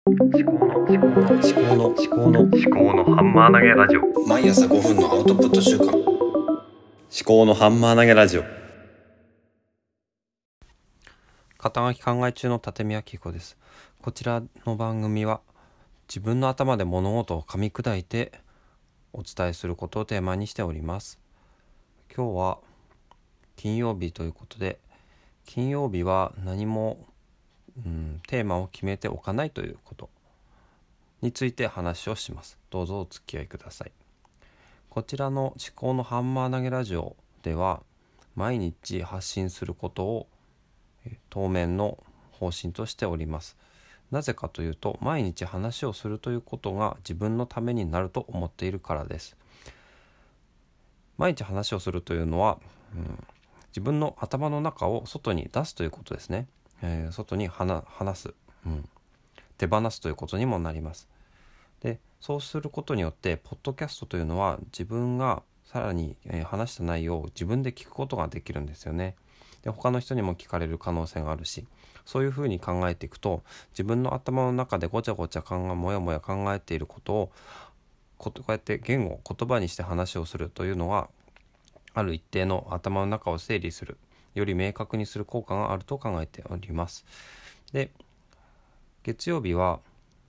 思考のハンマー投げラジオ。 毎朝5分のアウトプット週間。 思考のハンマー投げラジオ。 肩書き考え中の立見明彦です。こちらの番組は自分の頭で物事を噛み砕いてお伝えすることをテーマにしております。今日は金曜日ということで、金曜日は何も、テーマを決めておかないということについて話をします。どうぞお付き合いください。こちらの思考のハンマー投げラジオでは毎日発信することを当面の方針としております。なぜかというと、毎日話をするということが自分のためになると思っているからです。毎日話をするというのは、自分の頭の中を外に出すということですね。外に話す、手放すということにもなります。で、そうすることによってポッドキャストというのは自分がさらに話した内容を自分で聞くことができるんですよね。で、他の人にも聞かれる可能性があるし、そういうふうに考えていくと、自分の頭の中でごちゃごちゃもやもや考えていることをこうやって言葉にして話をするというのは、ある一定の頭の中を整理する、より明確にする効果があると考えております。で、月曜日は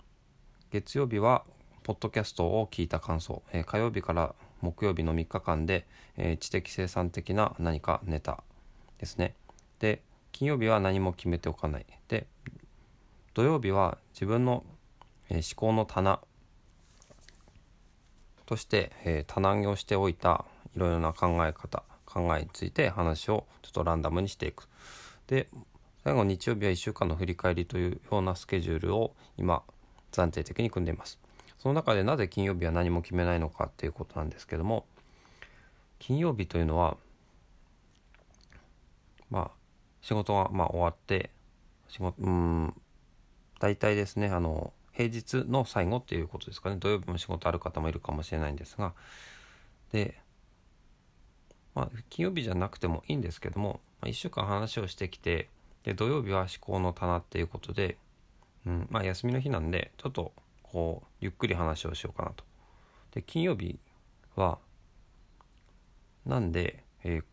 ポッドキャストを聞いた感想、火曜日から木曜日の3日間で、知的生産的な何かネタですね。で、金曜日は何も決めておかない。で、土曜日は自分の、思考の棚として、棚上げをしておいたいろいろな考えについて話をちょっとランダムにしていく。で、最後日曜日は1週間の振り返りというようなスケジュールを今暫定的に組んでいます。その中でなぜ金曜日は何も決めないのかっていうことなんですけども、金曜日というのは仕事が終わって大体ですね、平日の最後っていうことですかね。土曜日も仕事ある方もいるかもしれないんですが、で、金曜日じゃなくてもいいんですけども、1週間話をしてきて、で土曜日は思考の棚っていうことで、休みの日なんでちょっとゆっくり話をしようかなと。で、金曜日はなんで、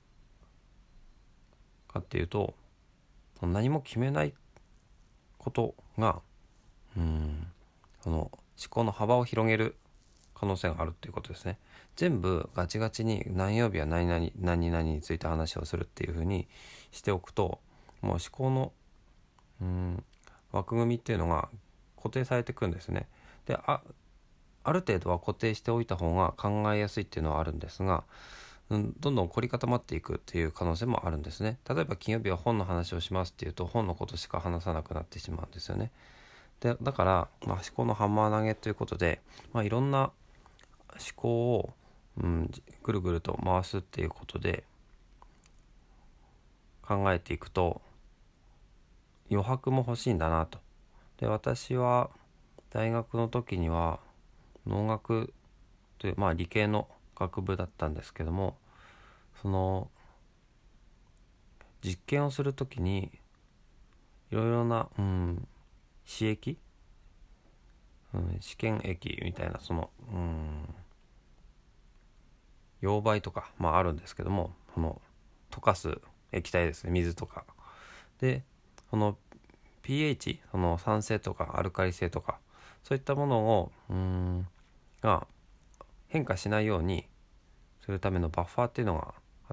かっていうと、何も決めないことがその思考の幅を広げる可能性があるっていうことですね。全部ガチガチに何曜日は何々について話をするっていう風にしておくと、もう思考の枠組みっていうのが固定されてくるんですね。で、ある程度は固定しておいた方が考えやすいっていうのはあるんですが、どんどん凝り固まっていくっていう可能性もあるんですね。例えば金曜日は本の話をしますっていうと、本のことしか話さなくなってしまうんですよね。で、だから、思考のハンマー投げということで、いろんな思考を、ぐるぐると回すっていうことで考えていくと、余白も欲しいんだなと。で、私は大学の時には農学という、理系の学部だったんですけども、その実験をするときにいろいろな、試液、試験液みたいな溶媒とか、あるんですけども、溶かす液体ですね、水とかで、その pH、 その酸性とかアルカリ性とか、そういったものをが変化しないようにするためのバッファーっていうのがあって、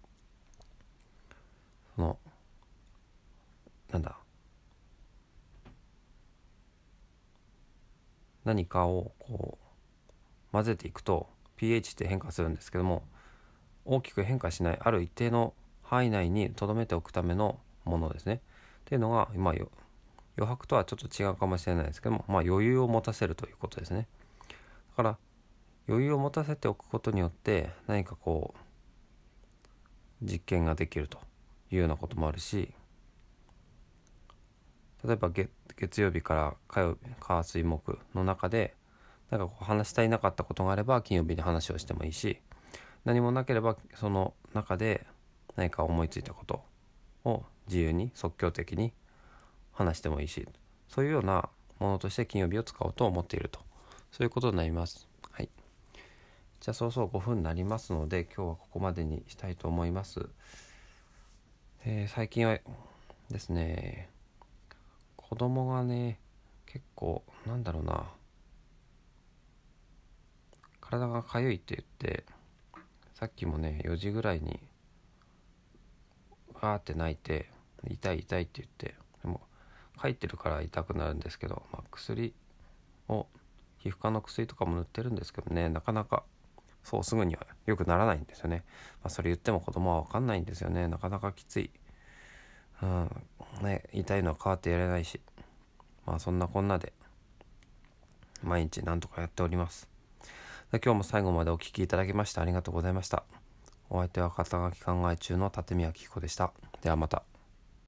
何かを混ぜていくと pH って変化するんですけども、大きく変化しない、ある一定の範囲内に留めておくためのものですね。っていうのが余白とはちょっと違うかもしれないですけども、余裕を持たせるということですね。だから余裕を持たせておくことによって何か実験ができるというようなこともあるし、例えば月曜日から火水木の中で話したいなかったことがあれば金曜日に話をしてもいいし、何もなければその中で何か思いついたことを自由に即興的に話してもいいし、そういうようなものとして金曜日を使おうと思っていると、そういうことになります。はい。じゃあそろそろ5分になりますので、今日はここまでにしたいと思います。最近はですね、子供がね、結構体がかゆいって言って、さっきもね4時ぐらいにわーって泣いて、痛い痛いって言って、でも書いてるから痛くなるんですけど、薬を皮膚科の薬とかも塗ってるんですけどね、なかなかそうすぐには良くならないんですよね。それ言っても子供は分かんないんですよね。なかなかきつい、痛いのは変わってやれないし、そんなこんなで毎日なんとかやっております。で、今日も最後までお聞きいただきましてありがとうございました。お相手は肩書き考え中の立宮紀子でした。ではまた。